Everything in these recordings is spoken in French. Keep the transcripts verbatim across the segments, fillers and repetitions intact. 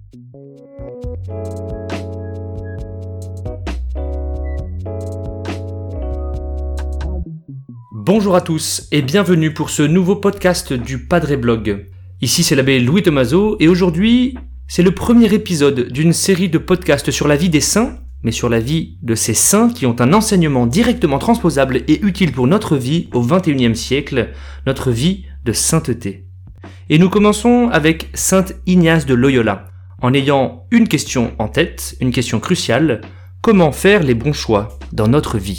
Bonjour à tous et bienvenue pour ce nouveau podcast du Padre Blog. Ici c'est l'abbé Louis Tomaso et aujourd'hui c'est le premier épisode d'une série de podcasts sur la vie des saints, mais sur la vie de ces saints qui ont un enseignement directement transposable et utile pour notre vie au vingt et unième siècle, notre vie de sainteté. Et nous commençons avec saint Ignace de Loyola, en ayant une question en tête, une question cruciale, comment faire les bons choix dans notre vie ?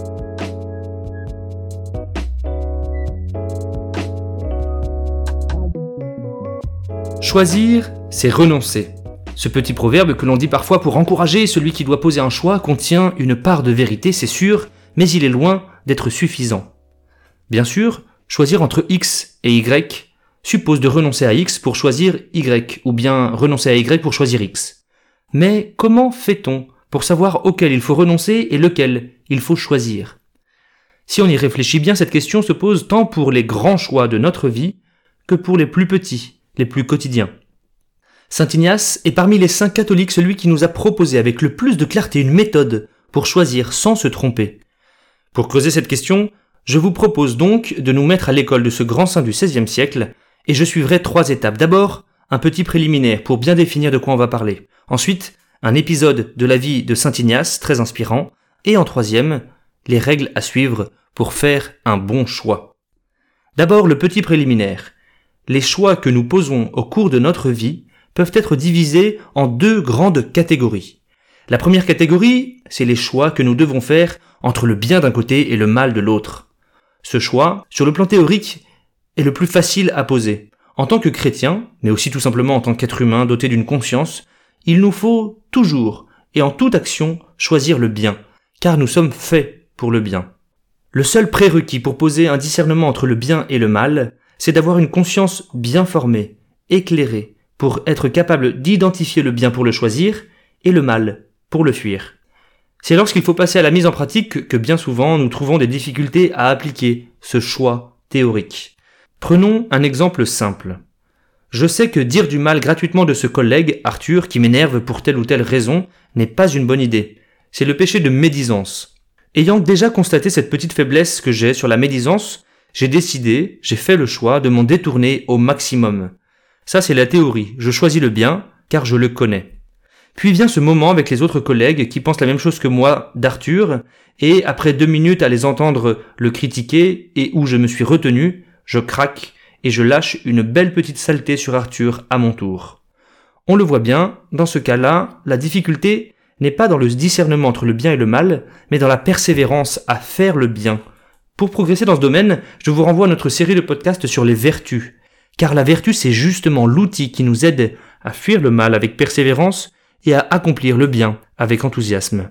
Choisir, c'est renoncer. Ce petit proverbe que l'on dit parfois pour encourager celui qui doit poser un choix contient une part de vérité, c'est sûr, mais il est loin d'être suffisant. Bien sûr, choisir entre X et Y suppose de renoncer à X pour choisir Y, ou bien renoncer à Y pour choisir X. Mais comment fait-on pour savoir auquel il faut renoncer et lequel il faut choisir ? Si on y réfléchit bien, cette question se pose tant pour les grands choix de notre vie que pour les plus petits, les plus quotidiens. Saint Ignace est parmi les saints catholiques celui qui nous a proposé avec le plus de clarté une méthode pour choisir sans se tromper. Pour creuser cette question, je vous propose donc de nous mettre à l'école de ce grand saint du seizième siècle, et je suivrai trois étapes. D'abord, un petit préliminaire pour bien définir de quoi on va parler. Ensuite, un épisode de la vie de Saint Ignace, très inspirant. Et en troisième, les règles à suivre pour faire un bon choix. D'abord, le petit préliminaire. Les choix que nous posons au cours de notre vie peuvent être divisés en deux grandes catégories. La première catégorie, c'est les choix que nous devons faire entre le bien d'un côté et le mal de l'autre. Ce choix, sur le plan théorique, est le plus facile à poser. En tant que chrétien, mais aussi tout simplement en tant qu'être humain doté d'une conscience, il nous faut toujours et en toute action choisir le bien, car nous sommes faits pour le bien. Le seul prérequis pour poser un discernement entre le bien et le mal, c'est d'avoir une conscience bien formée, éclairée, pour être capable d'identifier le bien pour le choisir et le mal pour le fuir. C'est lorsqu'il faut passer à la mise en pratique que bien souvent nous trouvons des difficultés à appliquer ce choix théorique. Prenons un exemple simple. Je sais que dire du mal gratuitement de ce collègue, Arthur, qui m'énerve pour telle ou telle raison, n'est pas une bonne idée. C'est le péché de médisance. Ayant déjà constaté cette petite faiblesse que j'ai sur la médisance, j'ai décidé, j'ai fait le choix de m'en détourner au maximum. Ça, c'est la théorie. Je choisis le bien, car je le connais. Puis vient ce moment avec les autres collègues qui pensent la même chose que moi d'Arthur, et après deux minutes à les entendre le critiquer, et où je me suis retenu, je craque, et je lâche une belle petite saleté sur Arthur à mon tour. On le voit bien, dans ce cas-là, la difficulté n'est pas dans le discernement entre le bien et le mal, mais dans la persévérance à faire le bien. Pour progresser dans ce domaine, je vous renvoie à notre série de podcasts sur les vertus, car la vertu c'est justement l'outil qui nous aide à fuir le mal avec persévérance et à accomplir le bien avec enthousiasme.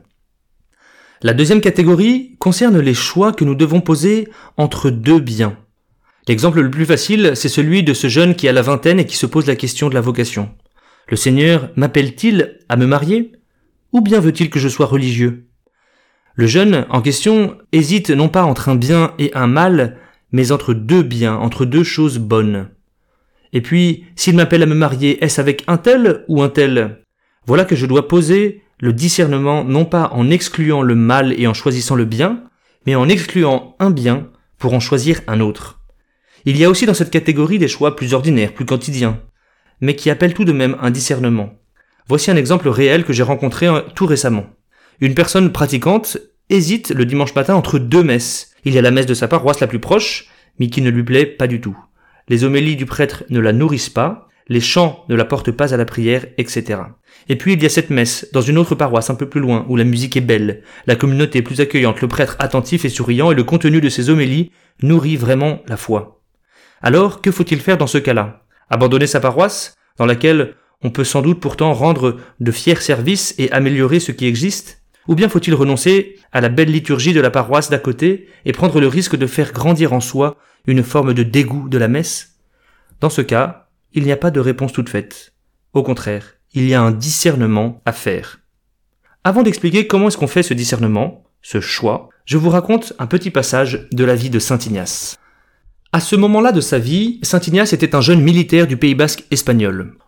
La deuxième catégorie concerne les choix que nous devons poser entre deux biens. L'exemple le plus facile, c'est celui de ce jeune qui a la vingtaine et qui se pose la question de la vocation. Le Seigneur m'appelle-t-il à me marier ? Ou bien veut-il que je sois religieux ? Le jeune en question hésite non pas entre un bien et un mal, mais entre deux biens, entre deux choses bonnes. Et puis, s'il m'appelle à me marier, est-ce avec un tel ou un tel ? Voilà que je dois poser le discernement non pas en excluant le mal et en choisissant le bien, mais en excluant un bien pour en choisir un autre. Il y a aussi dans cette catégorie des choix plus ordinaires, plus quotidiens, mais qui appellent tout de même un discernement. Voici un exemple réel que j'ai rencontré tout récemment. Une personne pratiquante hésite le dimanche matin entre deux messes. Il y a la messe de sa paroisse la plus proche, mais qui ne lui plaît pas du tout. Les homélies du prêtre ne la nourrissent pas, les chants ne la portent pas à la prière, et cetera. Et puis il y a cette messe, dans une autre paroisse un peu plus loin, où la musique est belle, la communauté est plus accueillante, le prêtre attentif et souriant, et le contenu de ses homélies nourrit vraiment la foi. Alors, que faut-il faire dans ce cas-là ? Abandonner sa paroisse, dans laquelle on peut sans doute pourtant rendre de fiers services et améliorer ce qui existe ? Ou bien faut-il renoncer à la belle liturgie de la paroisse d'à côté et prendre le risque de faire grandir en soi une forme de dégoût de la messe ? Dans ce cas, il n'y a pas de réponse toute faite. Au contraire, il y a un discernement à faire. Avant d'expliquer comment est-ce qu'on fait ce discernement, ce choix, je vous raconte un petit passage de la vie de saint Ignace. À ce moment-là de sa vie, saint Ignace était un jeune militaire du Pays basque espagnol.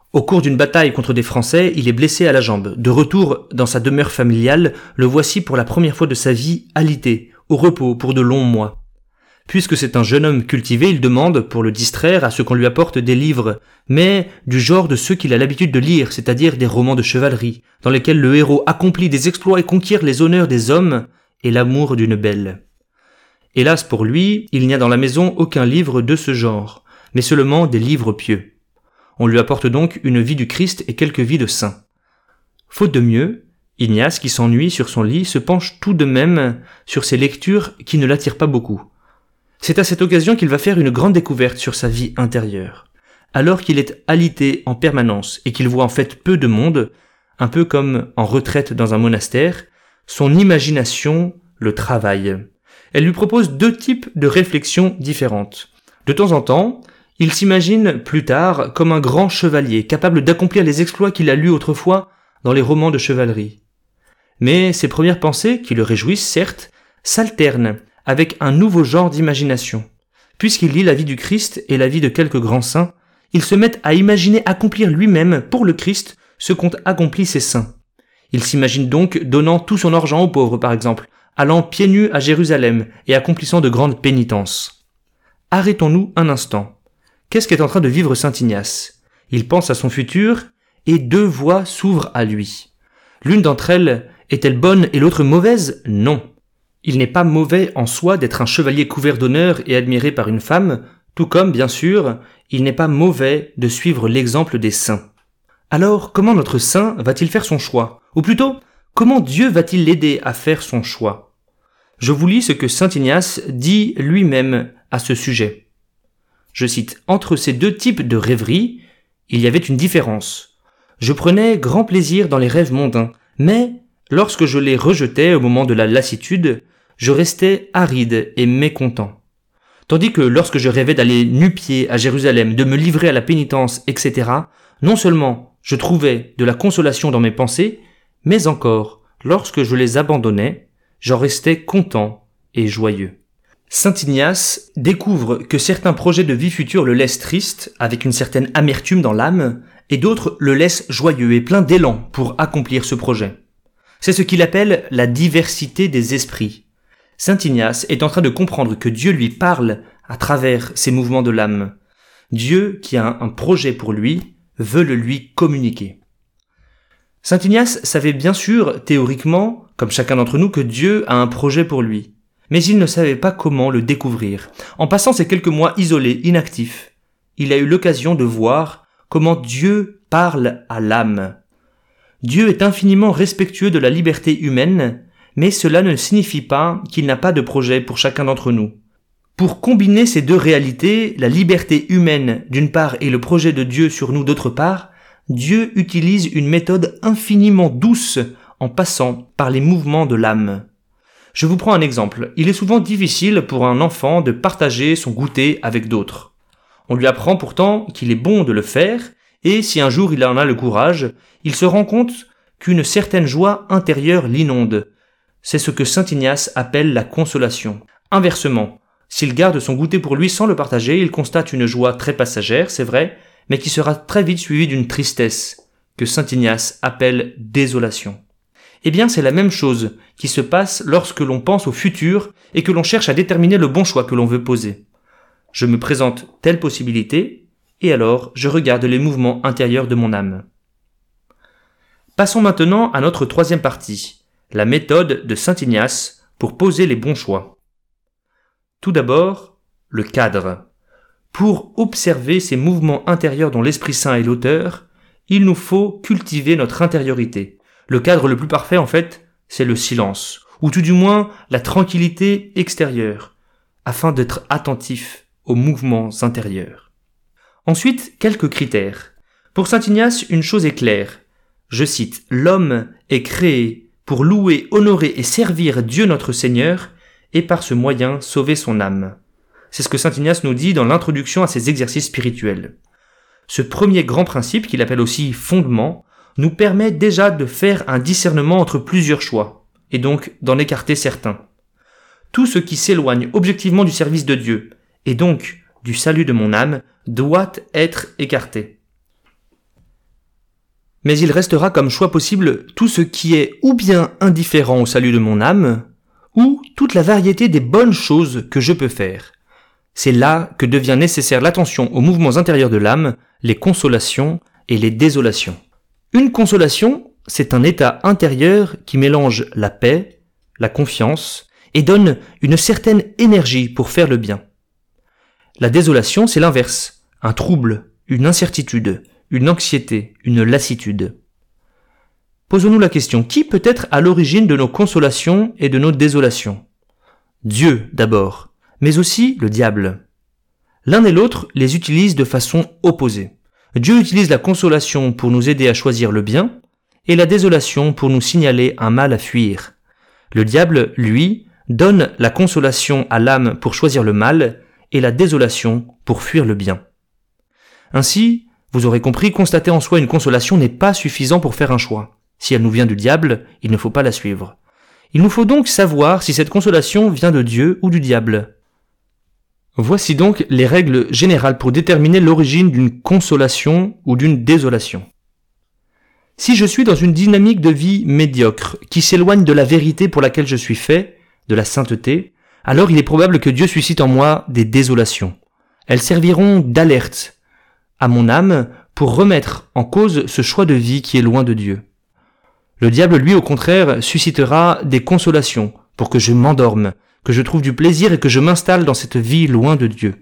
Au cours d'une bataille contre des Français, il est blessé à la jambe. De retour dans sa demeure familiale, le voici pour la première fois de sa vie alité, au repos pour de longs mois. Puisque c'est un jeune homme cultivé, il demande, pour le distraire, à ce qu'on lui apporte des livres, mais du genre de ceux qu'il a l'habitude de lire, c'est-à-dire des romans de chevalerie, dans lesquels le héros accomplit des exploits et conquiert les honneurs des hommes et l'amour d'une belle. Hélas pour lui, il n'y a dans la maison aucun livre de ce genre, mais seulement des livres pieux. On lui apporte donc une vie du Christ et quelques vies de saints. Faute de mieux, Ignace, qui s'ennuie sur son lit, se penche tout de même sur ces lectures qui ne l'attirent pas beaucoup. C'est à cette occasion qu'il va faire une grande découverte sur sa vie intérieure. Alors qu'il est alité en permanence et qu'il voit en fait peu de monde, un peu comme en retraite dans un monastère, son imagination le travaille. Elle lui propose deux types de réflexions différentes. De temps en temps, il s'imagine plus tard comme un grand chevalier, capable d'accomplir les exploits qu'il a lus autrefois dans les romans de chevalerie. Mais ses premières pensées, qui le réjouissent certes, s'alternent avec un nouveau genre d'imagination. Puisqu'il lit la vie du Christ et la vie de quelques grands saints, il se met à imaginer accomplir lui-même, pour le Christ, ce qu'ont accompli ses saints. Il s'imagine donc donnant tout son argent aux pauvres, par exemple, allant pieds nus à Jérusalem et accomplissant de grandes pénitences. Arrêtons-nous un instant. Qu'est-ce qu'est en train de vivre saint Ignace ? Il pense à son futur et deux voies s'ouvrent à lui. L'une d'entre elles est-elle bonne et l'autre mauvaise ? Non. Il n'est pas mauvais en soi d'être un chevalier couvert d'honneur et admiré par une femme, tout comme, bien sûr, il n'est pas mauvais de suivre l'exemple des saints. Alors, comment notre saint va-t-il faire son choix ? Ou plutôt, comment Dieu va-t-il l'aider à faire son choix ? Je vous lis ce que saint Ignace dit lui-même à ce sujet. Je cite, « Entre ces deux types de rêveries, il y avait une différence. Je prenais grand plaisir dans les rêves mondains, mais lorsque je les rejetais au moment de la lassitude, je restais aride et mécontent. Tandis que lorsque je rêvais d'aller nu-pieds à Jérusalem, de me livrer à la pénitence, et cetera, non seulement je trouvais de la consolation dans mes pensées, mais encore, lorsque je les abandonnais, j'en restais content et joyeux. » Saint Ignace découvre que certains projets de vie future le laissent triste, avec une certaine amertume dans l'âme, et d'autres le laissent joyeux et plein d'élan pour accomplir ce projet. C'est ce qu'il appelle la diversité des esprits. Saint Ignace est en train de comprendre que Dieu lui parle à travers ces mouvements de l'âme. Dieu, qui a un projet pour lui, veut le lui communiquer. Saint Ignace savait bien sûr, théoriquement, comme chacun d'entre nous, que Dieu a un projet pour lui. Mais il ne savait pas comment le découvrir. En passant ces quelques mois isolés, inactifs, il a eu l'occasion de voir comment Dieu parle à l'âme. Dieu est infiniment respectueux de la liberté humaine, mais cela ne signifie pas qu'il n'a pas de projet pour chacun d'entre nous. Pour combiner ces deux réalités, la liberté humaine d'une part et le projet de Dieu sur nous d'autre part, Dieu utilise une méthode infiniment douce en passant par les mouvements de l'âme. Je vous prends un exemple. Il est souvent difficile pour un enfant de partager son goûter avec d'autres. On lui apprend pourtant qu'il est bon de le faire, et si un jour il en a le courage, il se rend compte qu'une certaine joie intérieure l'inonde. C'est ce que saint Ignace appelle la consolation. Inversement, s'il garde son goûter pour lui sans le partager, il constate une joie très passagère, c'est vrai, mais qui sera très vite suivie d'une tristesse, que saint Ignace appelle désolation. Eh bien, c'est la même chose qui se passe lorsque l'on pense au futur et que l'on cherche à déterminer le bon choix que l'on veut poser. Je me présente telle possibilité, et alors je regarde les mouvements intérieurs de mon âme. Passons maintenant à notre troisième partie, la méthode de saint Ignace pour poser les bons choix. Tout d'abord, le cadre. Pour observer ces mouvements intérieurs dont l'Esprit Saint est l'auteur, il nous faut cultiver notre intériorité. Le cadre le plus parfait, en fait, c'est le silence, ou tout du moins la tranquillité extérieure, afin d'être attentif aux mouvements intérieurs. Ensuite, quelques critères. Pour saint Ignace, une chose est claire. Je cite, « L'homme est créé pour louer, honorer et servir Dieu notre Seigneur, et par ce moyen sauver son âme. » C'est ce que saint Ignace nous dit dans l'introduction à ses exercices spirituels. Ce premier grand principe, qu'il appelle aussi fondement, nous permet déjà de faire un discernement entre plusieurs choix, et donc d'en écarter certains. Tout ce qui s'éloigne objectivement du service de Dieu, et donc du salut de mon âme, doit être écarté. Mais il restera comme choix possible tout ce qui est ou bien indifférent au salut de mon âme, ou toute la variété des bonnes choses que je peux faire. C'est là que devient nécessaire l'attention aux mouvements intérieurs de l'âme, les consolations et les désolations. Une consolation, c'est un état intérieur qui mélange la paix, la confiance, et donne une certaine énergie pour faire le bien. La désolation, c'est l'inverse, un trouble, une incertitude, une anxiété, une lassitude. Posons-nous la question, qui peut être à l'origine de nos consolations et de nos désolations ? Dieu d'abord, mais aussi le diable. L'un et l'autre les utilisent de façon opposée. Dieu utilise la consolation pour nous aider à choisir le bien, et la désolation pour nous signaler un mal à fuir. Le diable, lui, donne la consolation à l'âme pour choisir le mal, et la désolation pour fuir le bien. Ainsi, vous aurez compris, constater en soi une consolation n'est pas suffisant pour faire un choix. Si elle nous vient du diable, il ne faut pas la suivre. Il nous faut donc savoir si cette consolation vient de Dieu ou du diable. Voici donc les règles générales pour déterminer l'origine d'une consolation ou d'une désolation. Si je suis dans une dynamique de vie médiocre, qui s'éloigne de la vérité pour laquelle je suis fait, de la sainteté, alors il est probable que Dieu suscite en moi des désolations. Elles serviront d'alerte à mon âme pour remettre en cause ce choix de vie qui est loin de Dieu. Le diable, lui, au contraire, suscitera des consolations pour que je m'endorme, que je trouve du plaisir et que je m'installe dans cette vie loin de Dieu.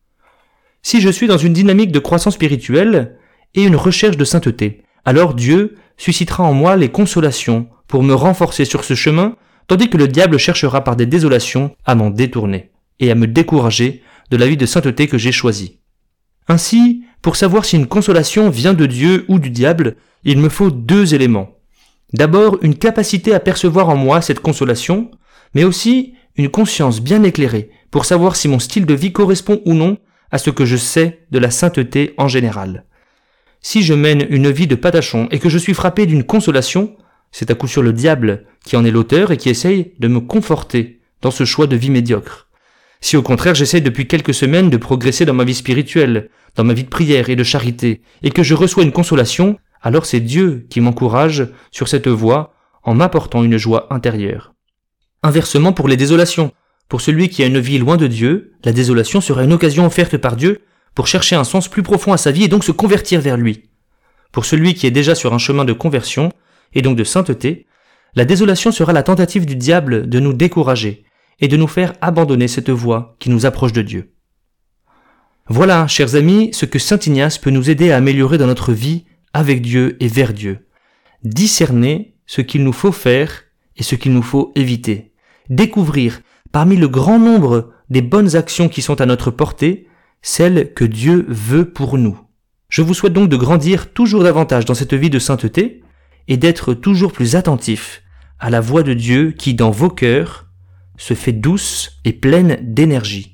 Si je suis dans une dynamique de croissance spirituelle et une recherche de sainteté, alors Dieu suscitera en moi les consolations pour me renforcer sur ce chemin, tandis que le diable cherchera par des désolations à m'en détourner et à me décourager de la vie de sainteté que j'ai choisie. Ainsi, pour savoir si une consolation vient de Dieu ou du diable, il me faut deux éléments. D'abord, une capacité à percevoir en moi cette consolation, mais aussi une conscience bien éclairée pour savoir si mon style de vie correspond ou non à ce que je sais de la sainteté en général. Si je mène une vie de patachon et que je suis frappé d'une consolation, c'est à coup sûr le diable qui en est l'auteur et qui essaye de me conforter dans ce choix de vie médiocre. Si au contraire j'essaye depuis quelques semaines de progresser dans ma vie spirituelle, dans ma vie de prière et de charité, et que je reçois une consolation, alors c'est Dieu qui m'encourage sur cette voie en m'apportant une joie intérieure. Inversement pour les désolations. Pour celui qui a une vie loin de Dieu, la désolation sera une occasion offerte par Dieu pour chercher un sens plus profond à sa vie et donc se convertir vers lui. Pour celui qui est déjà sur un chemin de conversion, et donc de sainteté, la désolation sera la tentative du diable de nous décourager et de nous faire abandonner cette voie qui nous approche de Dieu. Voilà, chers amis, ce que saint Ignace peut nous aider à améliorer dans notre vie avec Dieu et vers Dieu. Discerner ce qu'il nous faut faire et ce qu'il nous faut éviter. Découvrir, parmi le grand nombre des bonnes actions qui sont à notre portée, celles que Dieu veut pour nous. Je vous souhaite donc de grandir toujours davantage dans cette vie de sainteté et d'être toujours plus attentif à la voix de Dieu qui, dans vos cœurs, se fait douce et pleine d'énergie.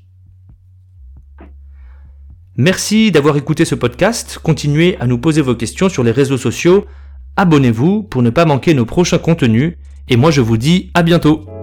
Merci d'avoir écouté ce podcast. Continuez à nous poser vos questions sur les réseaux sociaux. Abonnez-vous pour ne pas manquer nos prochains contenus. Et moi, je vous dis à bientôt.